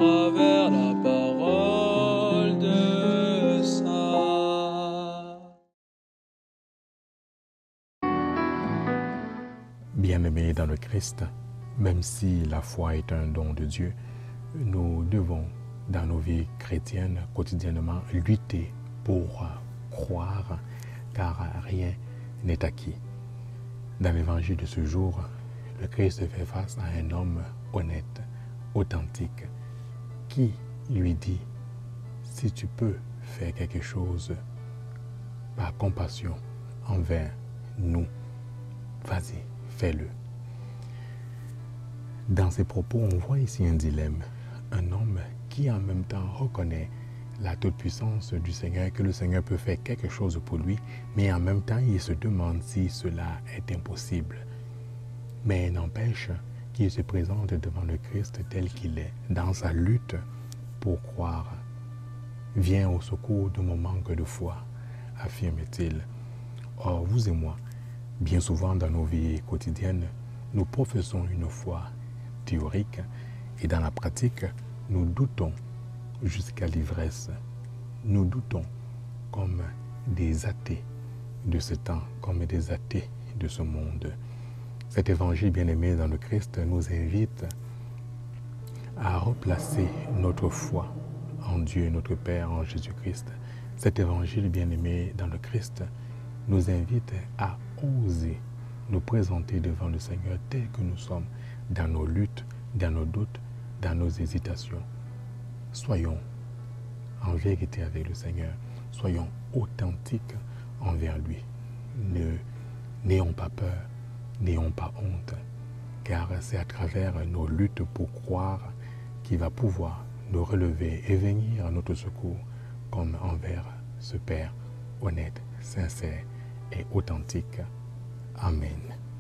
travers la parole de ça. Bien-aimés dans le Christ, même si la foi est un don de Dieu, nous devons, dans nos vies chrétiennes, quotidiennement, lutter pour croire, car rien n'est acquis. Dans l'évangile de ce jour, le Christ fait face à un homme honnête, authentique, qui lui dit, si tu peux faire quelque chose par compassion envers nous, vas-y, fais-le. Dans ses propos, on voit ici un dilemme. Un homme qui en même temps reconnaît la toute-puissance du Seigneur, que le Seigneur peut faire quelque chose pour lui, mais en même temps, il se demande si cela est impossible. Mais n'empêche qu'il se présente devant le Christ tel qu'il est, dans sa lutte pour croire. Viens au secours de mon manque de foi, affirme-t-il. Or, vous et moi, bien souvent dans nos vies quotidiennes, nous professons une foi théorique et dans la pratique, nous doutons jusqu'à l'ivresse. Nous doutons comme des athées de ce temps, comme des athées de ce monde. Cet évangile bien-aimé dans le Christ nous invite à replacer notre foi en Dieu, notre Père, en Jésus-Christ. Cet évangile bien-aimé dans le Christ nous invite à oser nous présenter devant le Seigneur tel que nous sommes, dans nos luttes, dans nos doutes, dans nos hésitations. Soyons en vérité avec le Seigneur, soyons authentiques envers lui. N'ayons pas peur, n'ayons pas honte, car c'est à travers nos luttes pour croire qu'il va pouvoir nous relever et venir à notre secours comme envers ce Père honnête, sincère et authentique. Amen.